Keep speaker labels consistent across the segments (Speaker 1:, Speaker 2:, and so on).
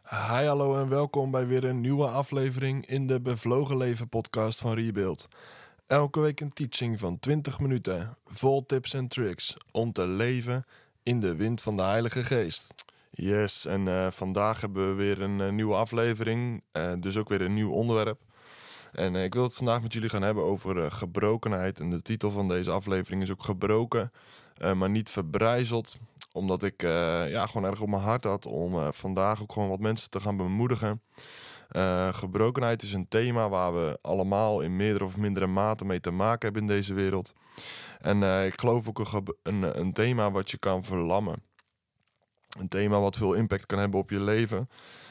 Speaker 1: Hi, hallo en welkom bij weer een nieuwe aflevering in de Bevlogen Leven podcast van Rebuild. Elke week een teaching van 20 minuten, vol tips en tricks om te leven in de wind van de Heilige Geest. Yes, en vandaag hebben we weer een nieuwe aflevering, dus ook weer een nieuw onderwerp. En ik wil het vandaag met jullie gaan hebben over gebrokenheid. En de titel van deze aflevering is ook gebroken, maar niet verbrijzeld. Omdat ik gewoon erg op mijn hart had om vandaag ook gewoon wat mensen te gaan bemoedigen. Gebrokenheid is een thema waar we allemaal in meerdere of mindere mate mee te maken hebben in deze wereld. En ik geloof ook een thema wat je kan verlammen. Een thema wat veel impact kan hebben op je leven.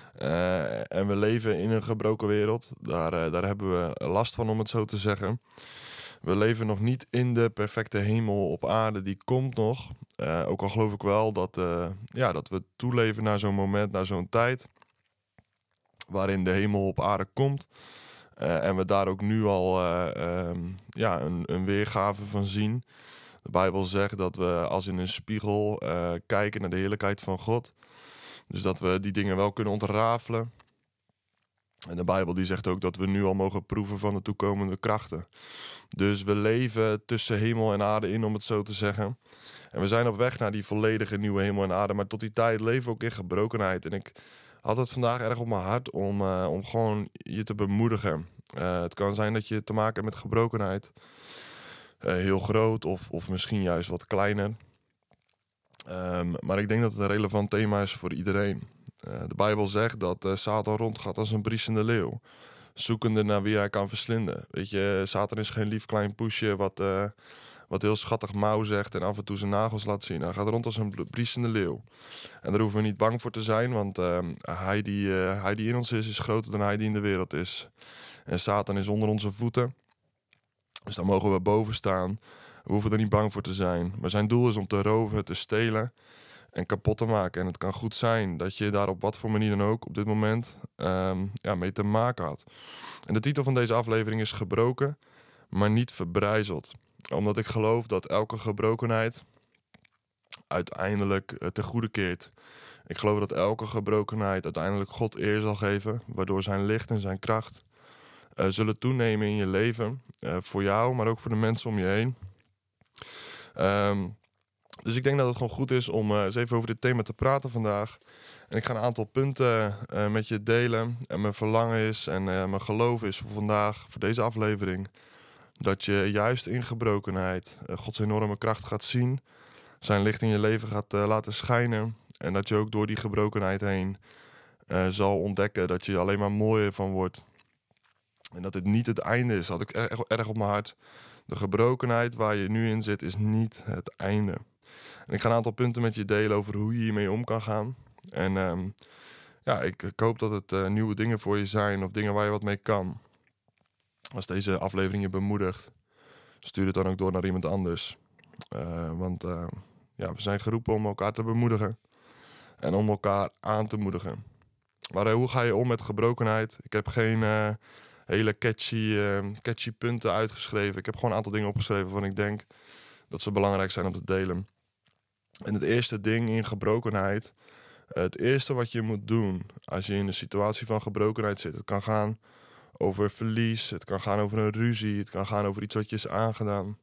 Speaker 1: En we leven in een gebroken wereld. Daar hebben we last van, om het zo te zeggen. We leven nog niet in de perfecte hemel op aarde. Die komt nog. Ook al geloof ik wel dat we toeleven naar zo'n moment, naar zo'n tijd waarin de hemel op aarde komt. En we daar ook nu al een weergave van zien. De Bijbel zegt dat we als in een spiegel kijken naar de heerlijkheid van God. Dus dat we die dingen wel kunnen ontrafelen. En de Bijbel die zegt ook dat we nu al mogen proeven van de toekomende krachten. Dus we leven tussen hemel en aarde in, om het zo te zeggen. En we zijn op weg naar die volledige nieuwe hemel en aarde. Maar tot die tijd leven we ook in gebrokenheid. En ik had het vandaag erg op mijn hart om gewoon je te bemoedigen. Het kan zijn dat je te maken hebt met gebrokenheid. Heel groot of misschien juist wat kleiner. Maar ik denk dat het een relevant thema is voor iedereen. De Bijbel zegt dat Satan rondgaat als een briesende leeuw. Zoekende naar wie hij kan verslinden. Weet je, Satan is geen lief klein poesje wat heel schattig mauw zegt en af en toe zijn nagels laat zien. Hij gaat rond als een briesende leeuw. En daar hoeven we niet bang voor te zijn, want hij die in ons is groter dan hij die in de wereld is. En Satan is onder onze voeten. Dus daar mogen we boven staan. We hoeven er niet bang voor te zijn. Maar zijn doel is om te roven, te stelen en kapot te maken. En het kan goed zijn dat je daar op wat voor manier dan ook op dit moment mee te maken had. En de titel van deze aflevering is gebroken, maar niet verbrijzeld. Omdat ik geloof dat elke gebrokenheid uiteindelijk ten goede keert. Ik geloof dat elke gebrokenheid uiteindelijk God eer zal geven, waardoor zijn licht en zijn kracht zullen toenemen in je leven. Voor jou, maar ook voor de mensen om je heen. Dus ik denk dat het gewoon goed is om eens even over dit thema te praten vandaag. En ik ga een aantal punten met je delen. En mijn verlangen is en mijn geloof is voor vandaag, voor deze aflevering, dat je juist in gebrokenheid Gods enorme kracht gaat zien. Zijn licht in je leven gaat laten schijnen. En dat je ook door die gebrokenheid heen zal ontdekken dat je alleen maar mooier van wordt. En dat dit niet het einde is. Dat had ik erg op mijn hart. De gebrokenheid waar je nu in zit is niet het einde. En ik ga een aantal punten met je delen over hoe je hiermee om kan gaan. En ik hoop dat het nieuwe dingen voor je zijn of dingen waar je wat mee kan. Als deze aflevering je bemoedigt, stuur het dan ook door naar iemand anders. Want we zijn geroepen om elkaar te bemoedigen en om elkaar aan te moedigen. Maar hoe ga je om met gebrokenheid? Ik heb geen hele catchy punten uitgeschreven. Ik heb gewoon een aantal dingen opgeschreven waarvan ik denk dat ze belangrijk zijn om te delen. En het eerste ding in gebrokenheid, het eerste wat je moet doen als je in een situatie van gebrokenheid zit. Het kan gaan over verlies, het kan gaan over een ruzie, het kan gaan over iets wat je is aangedaan.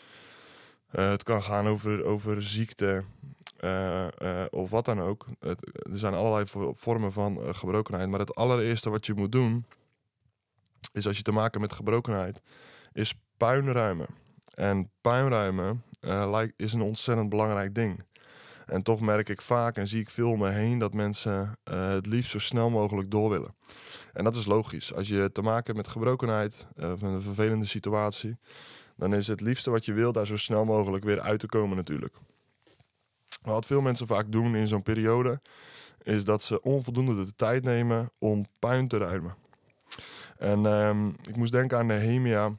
Speaker 1: Het kan gaan over ziekte of wat dan ook. Er zijn allerlei vormen van gebrokenheid. Maar het allereerste wat je moet doen is, als je te maken hebt met gebrokenheid, is puinruimen. En puinruimen is een ontzettend belangrijk ding. En toch merk ik vaak en zie ik veel om me heen dat mensen het liefst zo snel mogelijk door willen. En dat is logisch. Als je te maken hebt met gebrokenheid of een vervelende situatie, dan is het liefste wat je wil daar zo snel mogelijk weer uit te komen natuurlijk. Maar wat veel mensen vaak doen in zo'n periode, is dat ze onvoldoende de tijd nemen om puin te ruimen. En ik moest denken aan Nehemia,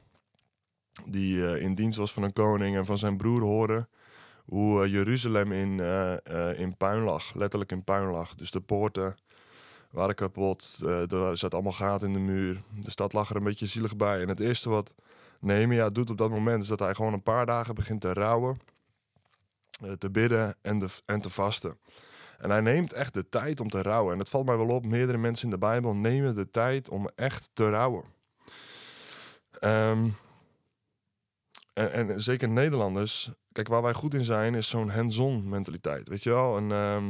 Speaker 1: die in dienst was van een koning en van zijn broer hoorde hoe Jeruzalem in puin lag, letterlijk in puin lag. Dus de poorten waren kapot, er zat allemaal gaten in de muur. De stad lag er een beetje zielig bij. En het eerste wat Nehemia doet op dat moment is dat hij gewoon een paar dagen begint te rouwen, te bidden en te vasten. En hij neemt echt de tijd om te rouwen. En het valt mij wel op, meerdere mensen in de Bijbel nemen de tijd om echt te rouwen. En zeker Nederlanders, kijk, waar wij goed in zijn, is zo'n hands-on mentaliteit. Weet je wel,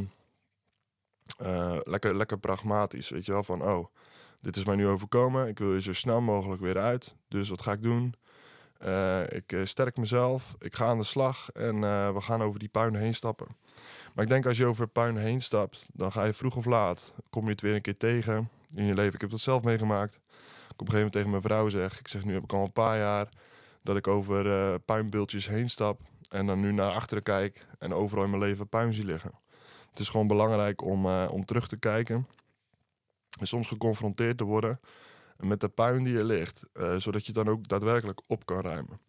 Speaker 1: lekker pragmatisch. Weet je wel, van dit is mij nu overkomen. Ik wil hier zo snel mogelijk weer uit. Dus wat ga ik doen? Ik sterk mezelf. Ik ga aan de slag. En we gaan over die puin heen stappen. Maar ik denk als je over puin heen stapt, dan ga je vroeg of laat, kom je het weer een keer tegen in je leven. Ik heb dat zelf meegemaakt. Ik op een gegeven moment tegen mijn vrouw zeg, nu heb ik al een paar jaar dat ik over puinbeeldjes heen stap. En dan nu naar achteren kijk en overal in mijn leven puin zie liggen. Het is gewoon belangrijk om terug te kijken. En soms geconfronteerd te worden met de puin die er ligt. Zodat je dan ook daadwerkelijk op kan ruimen.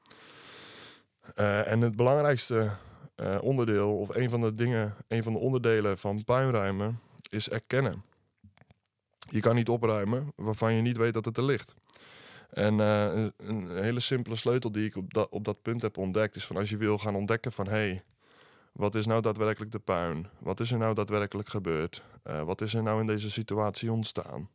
Speaker 1: En het belangrijkste onderdeel, of een van de onderdelen van puinruimen, is erkennen. Je kan niet opruimen waarvan je niet weet dat het er ligt. En een hele simpele sleutel die ik op dat punt heb ontdekt, is van als je wil gaan ontdekken van wat is nou daadwerkelijk de puin? Wat is er nou daadwerkelijk gebeurd? Wat is er nou in deze situatie ontstaan?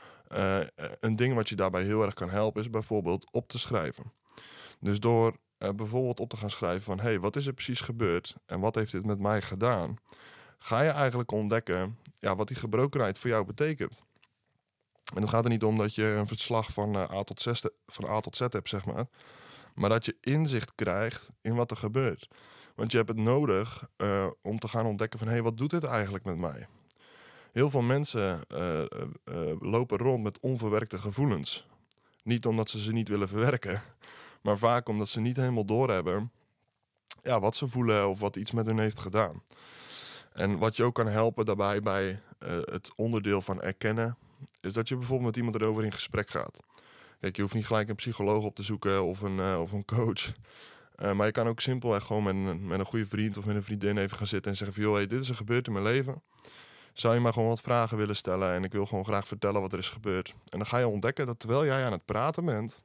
Speaker 1: Een ding wat je daarbij heel erg kan helpen is bijvoorbeeld op te schrijven. Dus door bijvoorbeeld op te gaan schrijven van wat is er precies gebeurd en wat heeft dit met mij gedaan? Ga je eigenlijk ontdekken wat die gebrokenheid voor jou betekent. En het gaat er niet om dat je een verslag van A tot Z hebt, zeg maar. Maar dat je inzicht krijgt in wat er gebeurt. Want je hebt het nodig om te gaan ontdekken van wat doet dit eigenlijk met mij? Heel veel mensen lopen rond met onverwerkte gevoelens. Niet omdat ze niet willen verwerken, maar vaak omdat ze niet helemaal doorhebben wat ze voelen of wat iets met hun heeft gedaan. En wat je ook kan helpen daarbij bij het onderdeel van erkennen, is dat je bijvoorbeeld met iemand erover in gesprek gaat. Kijk, je hoeft niet gelijk een psycholoog op te zoeken of een coach. Maar je kan ook simpelweg gewoon met een goede vriend of met een vriendin even gaan zitten en zeggen van dit is er gebeurd in mijn leven. Zou je maar gewoon wat vragen willen stellen en ik wil gewoon graag vertellen wat er is gebeurd. En dan ga je ontdekken dat terwijl jij aan het praten bent,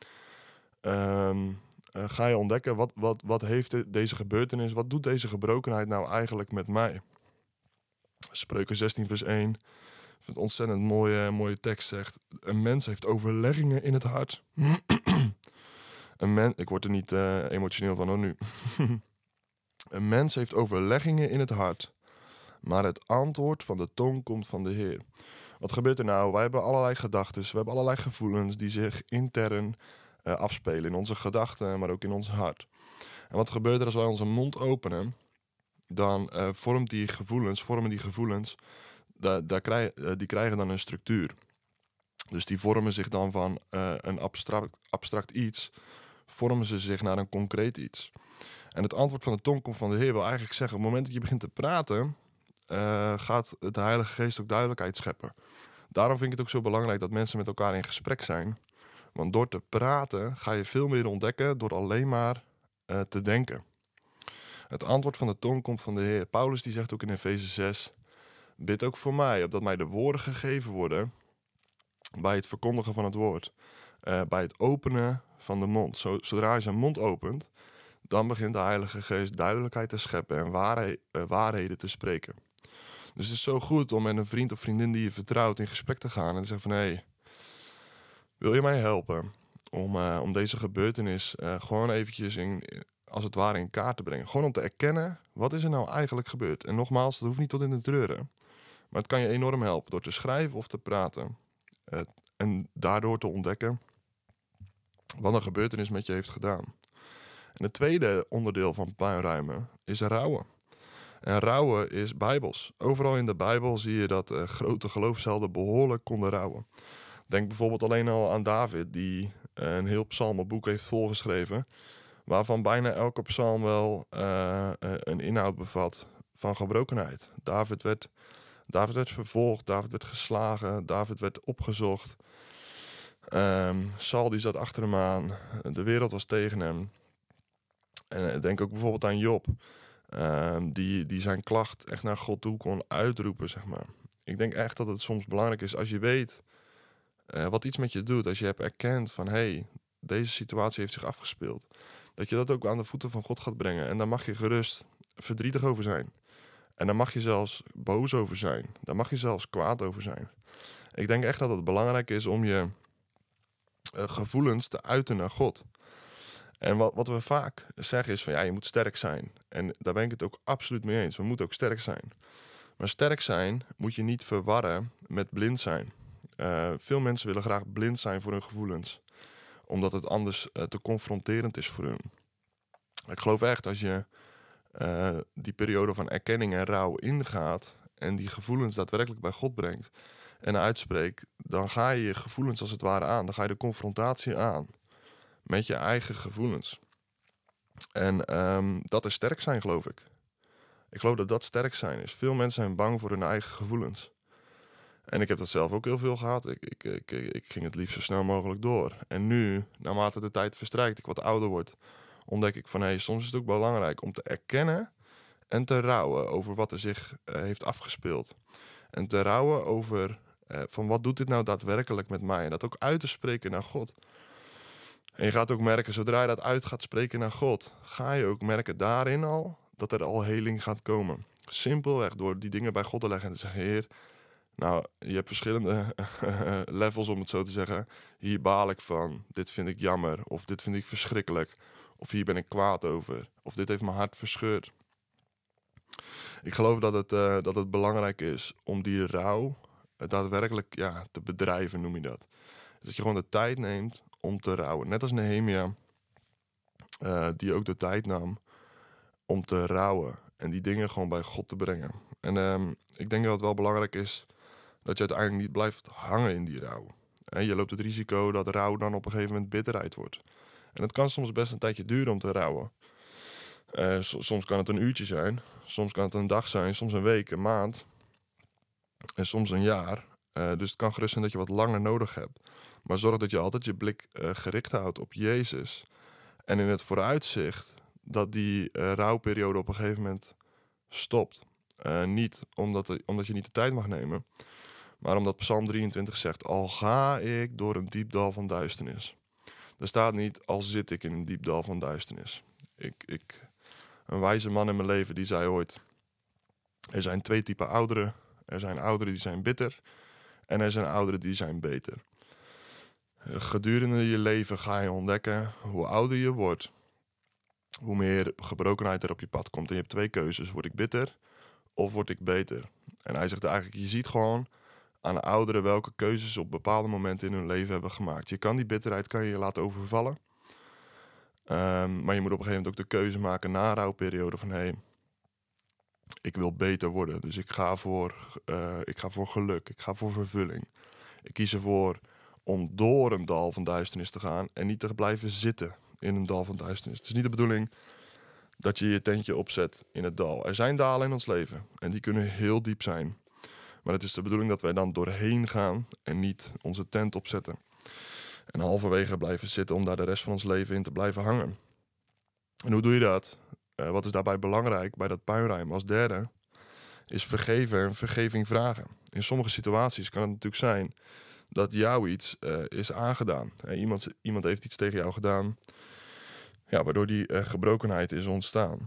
Speaker 1: ga je ontdekken wat heeft deze gebeurtenis, wat doet deze gebrokenheid nou eigenlijk met mij? Spreuken 16 vers 1, ik vind het ontzettend mooie tekst, zegt: een mens heeft overleggingen in het hart. Ik word er niet emotioneel van nu. Een mens heeft overleggingen in het hart, maar het antwoord van de tong komt van de Heer. Wat gebeurt er nou? Wij hebben allerlei gedachten, we hebben allerlei gevoelens die zich intern afspelen in onze gedachten, maar ook in ons hart. En wat gebeurt er als wij onze mond openen? Dan vormen die gevoelens, die krijgen dan een structuur. Dus die vormen zich dan van een abstract iets, vormen ze zich naar een concreet iets. En het antwoord van de tong komt van de Heer wil eigenlijk zeggen, op het moment dat je begint te praten, gaat de Heilige Geest ook duidelijkheid scheppen. Daarom vind ik het ook zo belangrijk dat mensen met elkaar in gesprek zijn. Want door te praten ga je veel meer ontdekken door alleen maar te denken. Het antwoord van de tong komt van de Heer. Paulus die zegt ook in Efeze 6, bid ook voor mij, opdat mij de woorden gegeven worden bij het verkondigen van het woord. Bij het openen van de mond. Zodra hij zijn mond opent, dan begint de Heilige Geest duidelijkheid te scheppen en waarheden te spreken. Dus het is zo goed om met een vriend of vriendin die je vertrouwt in gesprek te gaan en te zeggen van wil je mij helpen om deze gebeurtenis gewoon eventjes als het ware in kaart te brengen. Gewoon om te erkennen, wat is er nou eigenlijk gebeurd? En nogmaals, dat hoeft niet tot in de treuren. Maar het kan je enorm helpen door te schrijven of te praten. En daardoor te ontdekken wat een gebeurtenis met je heeft gedaan. En het tweede onderdeel van puinruimen is rouwen. En rouwen is bijbels. Overal in de Bijbel zie je dat grote geloofshelden behoorlijk konden rouwen. Denk bijvoorbeeld alleen al aan David, die een heel psalmenboek heeft volgeschreven, waarvan bijna elke psalm wel een inhoud bevat van gebrokenheid. David werd vervolgd, David werd geslagen, David werd opgezocht. Saul die zat achter hem aan, de wereld was tegen hem. En denk ook bijvoorbeeld aan Job, die zijn klacht echt naar God toe kon uitroepen, zeg maar. Ik denk echt dat het soms belangrijk is als je weet wat iets met je doet, als je hebt erkend van deze situatie heeft zich afgespeeld, dat je dat ook aan de voeten van God gaat brengen. En daar mag je gerust verdrietig over zijn. En daar mag je zelfs boos over zijn. Daar mag je zelfs kwaad over zijn. Ik denk echt dat het belangrijk is om je gevoelens te uiten naar God. En wat we vaak zeggen is van ja, je moet sterk zijn. En daar ben ik het ook absoluut mee eens. We moeten ook sterk zijn. Maar sterk zijn moet je niet verwarren met blind zijn. Veel mensen willen graag blind zijn voor hun gevoelens. Omdat het anders te confronterend is voor hun. Ik geloof echt als je die periode van erkenning en rouw ingaat en die gevoelens daadwerkelijk bij God brengt en uitspreekt, dan ga je je gevoelens als het ware aan. Dan ga je de confrontatie aan met je eigen gevoelens. En dat is sterk zijn, geloof ik. Ik geloof dat dat sterk zijn is. Veel mensen zijn bang voor hun eigen gevoelens. En ik heb dat zelf ook heel veel gehad. Ik ging het liefst zo snel mogelijk door. En nu, naarmate de tijd verstrijkt, ik wat ouder word, ontdek ik van soms is het ook belangrijk om te erkennen en te rouwen over wat er zich heeft afgespeeld. En te rouwen over van wat doet dit nou daadwerkelijk met mij? En dat ook uit te spreken naar God. En je gaat ook merken, zodra je dat uit gaat spreken naar God, ga je ook merken daarin al dat er al heling gaat komen. Simpelweg door die dingen bij God te leggen en te zeggen, Heer, nou, je hebt verschillende levels om het zo te zeggen. Hier baal ik van, dit vind ik jammer, of dit vind ik verschrikkelijk, of hier ben ik kwaad over, of dit heeft mijn hart verscheurd. Ik geloof dat het belangrijk is om die rouw daadwerkelijk te bedrijven, noem je dat. Dus dat je gewoon de tijd neemt om te rouwen. Net als Nehemia, die ook de tijd nam om te rouwen en die dingen gewoon bij God te brengen. En ik denk dat het wel belangrijk is dat je uiteindelijk niet blijft hangen in die rouw. En je loopt het risico dat rouw dan op een gegeven moment bitterheid wordt. En het kan soms best een tijdje duren om te rouwen. Soms kan het een uurtje zijn, soms kan het een dag zijn, soms een week, een maand en soms een jaar. Dus het kan gerust zijn dat je wat langer nodig hebt. Maar zorg dat je altijd je blik gericht houdt op Jezus. En in het vooruitzicht dat die rouwperiode op een gegeven moment stopt. Niet omdat je niet de tijd mag nemen, maar omdat Psalm 23 zegt, al ga ik door een diep dal van duisternis. Er staat niet, al zit ik in een diep dal van duisternis. Een wijze man in mijn leven die zei ooit, er zijn 2 typen ouderen. Er zijn ouderen die zijn bitter en er zijn ouderen die zijn beter. Gedurende je leven ga je ontdekken, hoe ouder je wordt, hoe meer gebrokenheid er op je pad komt. En je hebt 2 keuzes, word ik bitter of word ik beter? En hij zegt eigenlijk, je ziet gewoon aan ouderen welke keuzes op bepaalde momenten in hun leven hebben gemaakt. Je kan die bitterheid je laten overvallen. Maar je moet op een gegeven moment ook de keuze maken na een rouwperiode van ik wil beter worden. Dus ik ga voor geluk, ik ga voor vervulling. Ik kies ervoor om door een dal van duisternis te gaan en niet te blijven zitten in een dal van duisternis. Het is niet de bedoeling dat je je tentje opzet in het dal. Er zijn dalen in ons leven en die kunnen heel diep zijn. Maar het is de bedoeling dat wij dan doorheen gaan en niet onze tent opzetten. En halverwege blijven zitten om daar de rest van ons leven in te blijven hangen. En hoe doe je dat? Wat is daarbij belangrijk bij dat puinruim? Als derde is vergeven en vergeving vragen. In sommige situaties kan het natuurlijk zijn dat jou iets is aangedaan. Iemand heeft iets tegen jou gedaan, waardoor die gebrokenheid is ontstaan.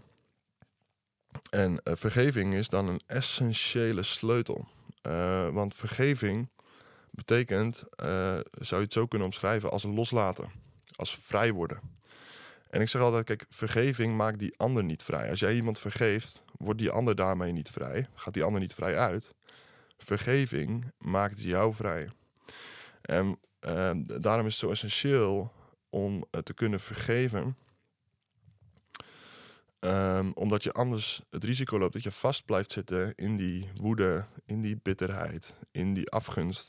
Speaker 1: En vergeving is dan een essentiële sleutel. Want vergeving betekent, zou je het zo kunnen omschrijven, als loslaten. Als vrij worden. En ik zeg altijd, kijk, vergeving maakt die ander niet vrij. Als jij iemand vergeeft, wordt die ander daarmee niet vrij. Gaat die ander niet vrij uit. Vergeving maakt jou vrij. En daarom is het zo essentieel om te kunnen vergeven. Omdat je anders het risico loopt dat je vast blijft zitten in die woede, in die bitterheid, in die afgunst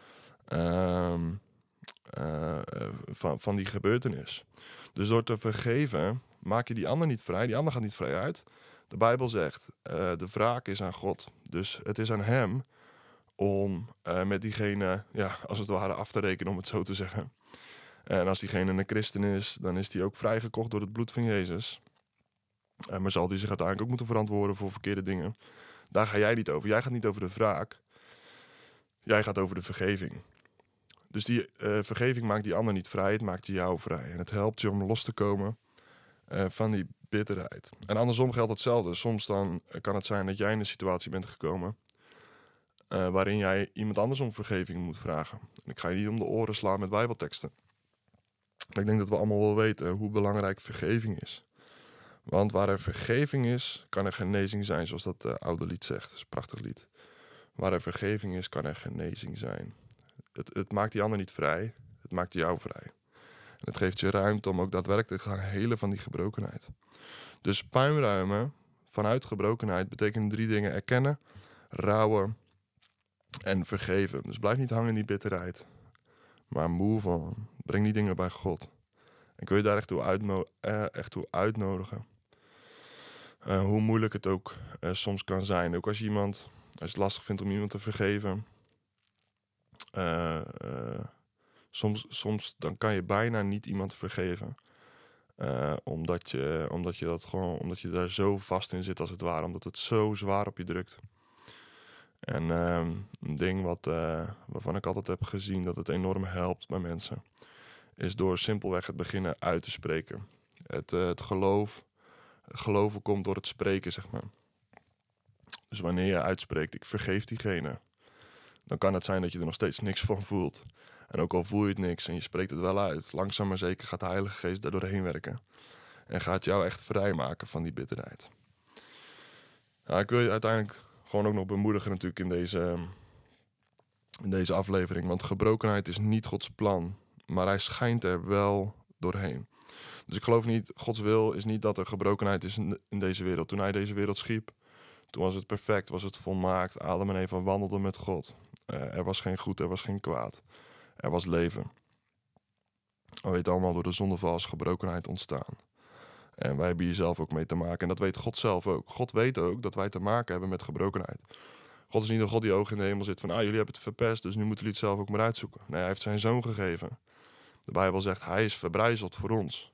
Speaker 1: van die gebeurtenis. Dus door te vergeven maak je die ander niet vrij. Die ander gaat niet vrij uit. De Bijbel zegt, de wraak is aan God. Dus het is aan hem om met diegene, als het ware af te rekenen, om het zo te zeggen. En als diegene een christen is, dan is die ook vrijgekocht door het bloed van Jezus. Maar zal die zich uiteindelijk ook moeten verantwoorden voor verkeerde dingen. Daar ga jij niet over. Jij gaat niet over de wraak. Jij gaat over de vergeving. Dus die vergeving maakt die ander niet vrij. Het maakt jou vrij. En het helpt je om los te komen van die bitterheid. En andersom geldt hetzelfde. Soms dan kan het zijn dat jij in een situatie bent gekomen waarin jij iemand anders om vergeving moet vragen. En ik ga je niet om de oren slaan met bijbelteksten. Maar ik denk dat we allemaal wel weten hoe belangrijk vergeving is. Want waar er vergeving is, kan er genezing zijn, zoals dat oude lied zegt. Dat is een prachtig lied. Waar er vergeving is, kan er genezing zijn. Het maakt die ander niet vrij, het maakt jou vrij. En het geeft je ruimte om ook daadwerkelijk te gaan helen van die gebrokenheid. Dus puinruimen vanuit gebrokenheid betekent 3 dingen: erkennen, rouwen en vergeven. Dus blijf niet hangen in die bitterheid. Maar move on. Breng die dingen bij God. En kun je daar echt toe uitnodigen. Hoe moeilijk het ook soms kan zijn. Ook als je het lastig vindt om iemand te vergeven. Soms dan kan je bijna niet iemand vergeven. Omdat je daar zo vast in zit als het ware. Omdat het zo zwaar op je drukt. En een ding waarvan ik altijd heb gezien dat het enorm helpt bij mensen, is door simpelweg het beginnen uit te spreken. Het geloven komt door het spreken, zeg maar. Dus wanneer je uitspreekt, ik vergeef diegene, dan kan het zijn dat je er nog steeds niks van voelt. En ook al voel je het niks en je spreekt het wel uit, langzaam maar zeker gaat de Heilige Geest daar doorheen werken. En gaat jou echt vrijmaken van die bitterheid. Nou, ik wil je uiteindelijk gewoon ook nog bemoedigen natuurlijk in deze aflevering. Want gebrokenheid is niet Gods plan, maar hij schijnt er wel doorheen. Dus ik geloof niet, Gods wil is niet dat er gebrokenheid is in deze wereld. Toen hij deze wereld schiep, toen was het perfect, was het volmaakt. Adam en Eva wandelden met God. Er was geen goed, er was geen kwaad. Er was leven. We weten allemaal, door de zondeval is gebrokenheid ontstaan. En wij hebben hier zelf ook mee te maken. En dat weet God zelf ook. God weet ook dat wij te maken hebben met gebrokenheid. God is niet een God die hoog in de hemel zit van, jullie hebben het verpest, dus nu moeten jullie het zelf ook maar uitzoeken. Nee, hij heeft zijn zoon gegeven. De Bijbel zegt, hij is verbrijzeld voor ons.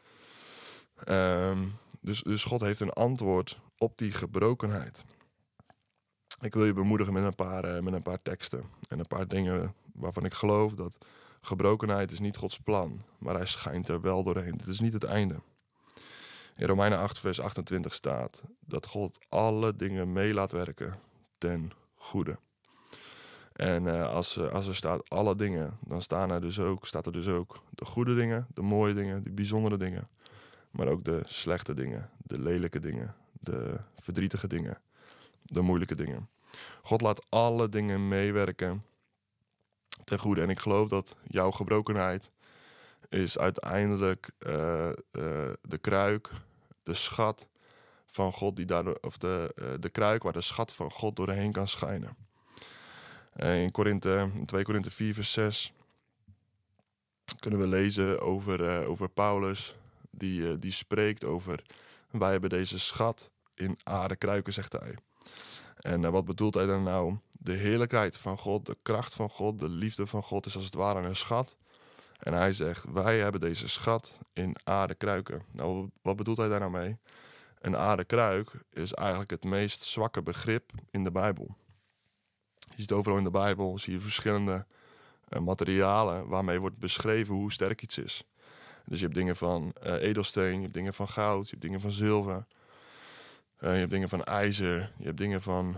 Speaker 1: Dus God heeft een antwoord op die gebrokenheid. Ik wil je bemoedigen met een paar teksten en een paar dingen waarvan ik geloof dat gebrokenheid is niet Gods plan, maar hij schijnt er wel doorheen. Dit is niet het einde. In Romeinen 8 vers 28 staat dat God alle dingen mee laat werken ten goede. En als er staat alle dingen, dan staat er dus ook de goede dingen, de mooie dingen, de bijzondere dingen. Maar ook de slechte dingen, de lelijke dingen, de verdrietige dingen, de moeilijke dingen. God laat alle dingen meewerken ten goede. En ik geloof dat jouw gebrokenheid is uiteindelijk de kruik, de schat van God, de kruik waar de schat van God doorheen kan schijnen. In 2 Korinthe 4 vers 6 kunnen we lezen over Paulus, die spreekt over, wij hebben deze schat in aarden kruiken, zegt hij. En wat bedoelt hij dan nou? De heerlijkheid van God, de kracht van God, de liefde van God is als het ware een schat. En hij zegt, wij hebben deze schat in aarden kruiken. Nou, wat bedoelt hij daar nou mee? Een aardenkruik is eigenlijk het meest zwakke begrip in de Bijbel. Je ziet overal in de Bijbel, zie je verschillende materialen waarmee wordt beschreven hoe sterk iets is. Dus je hebt dingen van edelsteen, je hebt dingen van goud, je hebt dingen van zilver. Je hebt dingen van ijzer, je hebt dingen van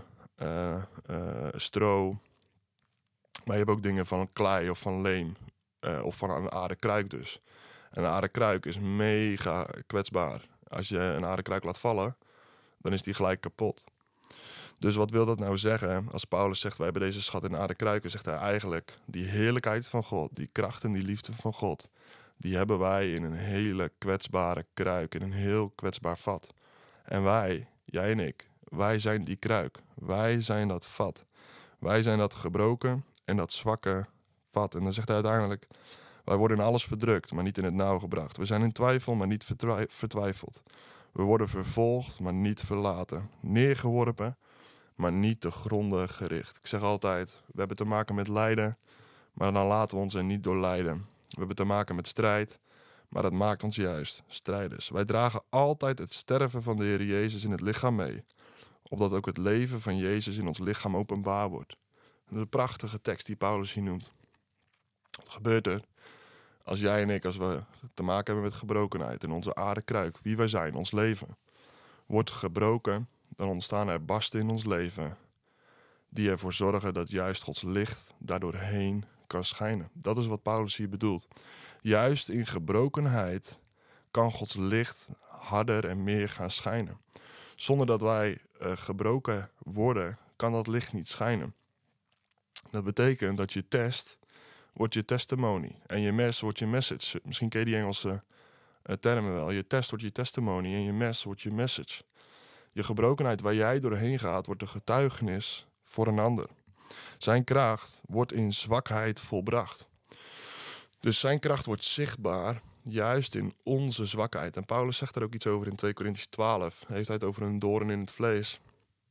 Speaker 1: stro. Maar je hebt ook dingen van klei of van leem. Of van een aardekruik dus. En een aardekruik is mega kwetsbaar. Als je een aardekruik laat vallen, dan is die gelijk kapot. Dus wat wil dat nou zeggen? Als Paulus zegt, wij hebben deze schat in aardekruiken, zegt hij eigenlijk, die heerlijkheid van God, die kracht en die liefde van God, die hebben wij in een hele kwetsbare kruik, in een heel kwetsbaar vat. En wij, jij en ik, wij zijn die kruik. Wij zijn dat vat. Wij zijn dat gebroken en dat zwakke vat. En dan zegt hij uiteindelijk, wij worden in alles verdrukt, maar niet in het nauw gebracht. We zijn in twijfel, maar niet vertwijfeld. We worden vervolgd, maar niet verlaten. Neergeworpen, maar niet te gronden gericht. Ik zeg altijd, we hebben te maken met lijden, maar dan laten we ons er niet door lijden. We hebben te maken met strijd, maar dat maakt ons juist strijders. Wij dragen altijd het sterven van de Heer Jezus in het lichaam mee, opdat ook het leven van Jezus in ons lichaam openbaar wordt. Dat is een prachtige tekst die Paulus hier noemt. Wat gebeurt er? Als jij en ik, als we te maken hebben met gebrokenheid in onze aardekruik, wie wij zijn, ons leven, wordt gebroken, dan ontstaan er barsten in ons leven die ervoor zorgen dat juist Gods licht daardoorheen kan schijnen. Dat is wat Paulus hier bedoelt. Juist in gebrokenheid kan Gods licht harder en meer gaan schijnen. Zonder dat wij gebroken worden, kan dat licht niet schijnen. Dat betekent dat je test wordt je testimony en je mes wordt je message. Misschien ken je die Engelse termen wel. Je test wordt je testimony en je mes wordt je message. Je gebrokenheid waar jij doorheen gaat, wordt een getuigenis voor een ander. Zijn kracht wordt in zwakheid volbracht. Dus zijn kracht wordt zichtbaar juist in onze zwakheid. En Paulus zegt er ook iets over in 2 Korintiërs 12. Hij heeft het over een doorn in het vlees.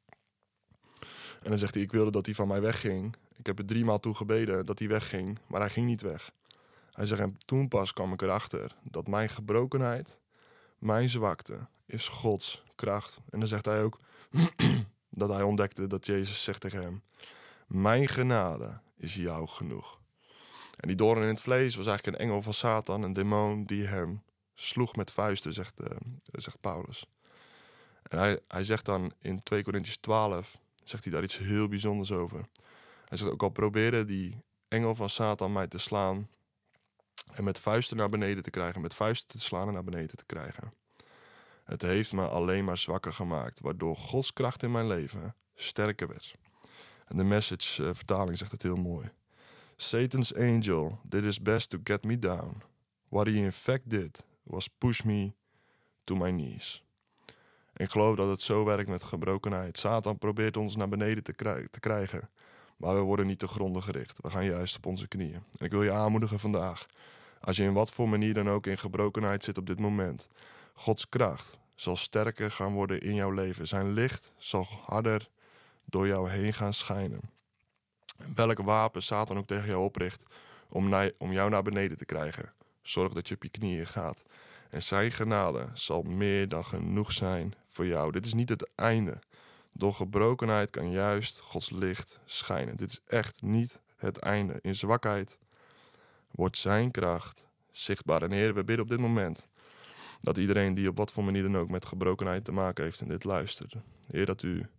Speaker 1: En dan zegt hij, ik wilde dat hij van mij wegging. Ik heb er 3 maal toe gebeden dat hij wegging, maar hij ging niet weg. Hij zegt, en toen pas kwam ik erachter dat mijn gebrokenheid, mijn zwakte, is Gods kracht. En dan zegt hij ook dat hij ontdekte dat Jezus zegt tegen hem, mijn genade is jou genoeg. En die doorn in het vlees was eigenlijk een engel van Satan, een demon die hem sloeg met vuisten, zegt Paulus. En hij zegt dan in 2 Korintiërs 12, zegt hij daar iets heel bijzonders over. Hij zegt, ook al probeerde die engel van Satan mij te slaan en met vuisten naar beneden te krijgen, met vuisten te slaan en naar beneden te krijgen. Het heeft me alleen maar zwakker gemaakt, waardoor Gods kracht in mijn leven sterker werd. En de Message vertaling zegt het heel mooi. Satan's angel did his best to get me down. What he in fact did was push me to my knees. En ik geloof dat het zo werkt met gebrokenheid. Satan probeert ons naar beneden te krijgen. Maar we worden niet te gronden gericht. We gaan juist op onze knieën. En ik wil je aanmoedigen vandaag. Als je in wat voor manier dan ook in gebrokenheid zit op dit moment. Gods kracht zal sterker gaan worden in jouw leven. Zijn licht zal harder door jou heen gaan schijnen. En welk wapen Satan ook tegen jou opricht om jou naar beneden te krijgen. Zorg dat je op je knieën gaat. En zijn genade zal meer dan genoeg zijn voor jou. Dit is niet het einde. Door gebrokenheid kan juist Gods licht schijnen. Dit is echt niet het einde. In zwakheid wordt zijn kracht zichtbaar. En Heer, we bidden op dit moment dat iedereen die op wat voor manier dan ook met gebrokenheid te maken heeft en dit luistert. Heer, dat u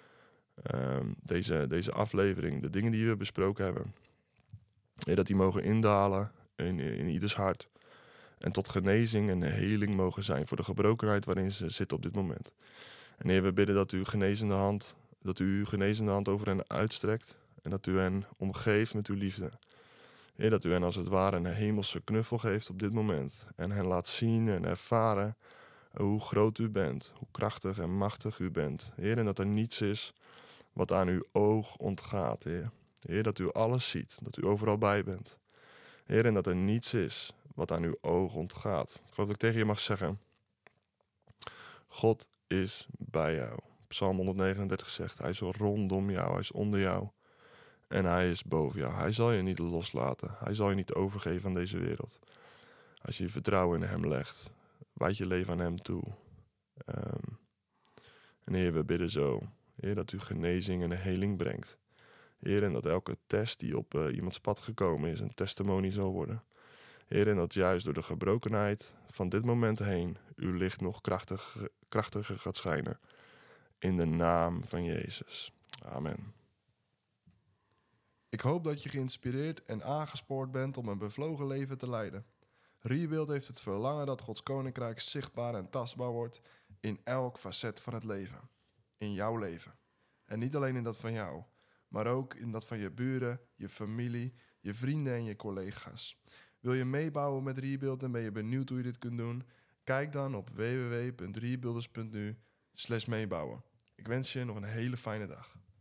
Speaker 1: deze aflevering, de dingen die we besproken hebben, Heer, dat die mogen indalen in ieders hart. En tot genezing en heling mogen zijn voor de gebrokenheid waarin ze zitten op dit moment. En Heer, we bidden dat u uw genezende hand over hen uitstrekt. En dat u hen omgeeft met uw liefde. Heer, dat u hen als het ware een hemelse knuffel geeft op dit moment. En hen laat zien en ervaren hoe groot u bent. Hoe krachtig en machtig u bent. Heer, en dat er niets is wat aan uw oog ontgaat, Heer. Heer, dat u alles ziet. Dat u overal bij bent. Heer, en dat er niets is wat aan uw oog ontgaat. Ik geloof dat ik tegen je mag zeggen, God is bij jou. Psalm 139 zegt, hij is rondom jou, hij is onder jou en hij is boven jou. Hij zal je niet loslaten, hij zal je niet overgeven aan deze wereld. Als je je vertrouwen in hem legt, wijd je leven aan hem toe. En Heer, we bidden zo, Heer, dat u genezing en heling brengt. Heer, en dat elke test die op iemands pad gekomen is, een testimony zal worden. Heer, en dat juist door de gebrokenheid van dit moment heen uw licht nog krachtiger gaat schijnen. In de naam van Jezus. Amen. Ik hoop dat je geïnspireerd en aangespoord bent om een bevlogen leven te leiden. Rebuild heeft het verlangen dat Gods koninkrijk zichtbaar en tastbaar wordt in elk facet van het leven. In jouw leven. En niet alleen in dat van jou, maar ook in dat van je buren, je familie, je vrienden en je collega's. Wil je meebouwen met Rebuild en ben je benieuwd hoe je dit kunt doen? Kijk dan op www.rebuilders.nu/meebouwen. Ik wens je nog een hele fijne dag.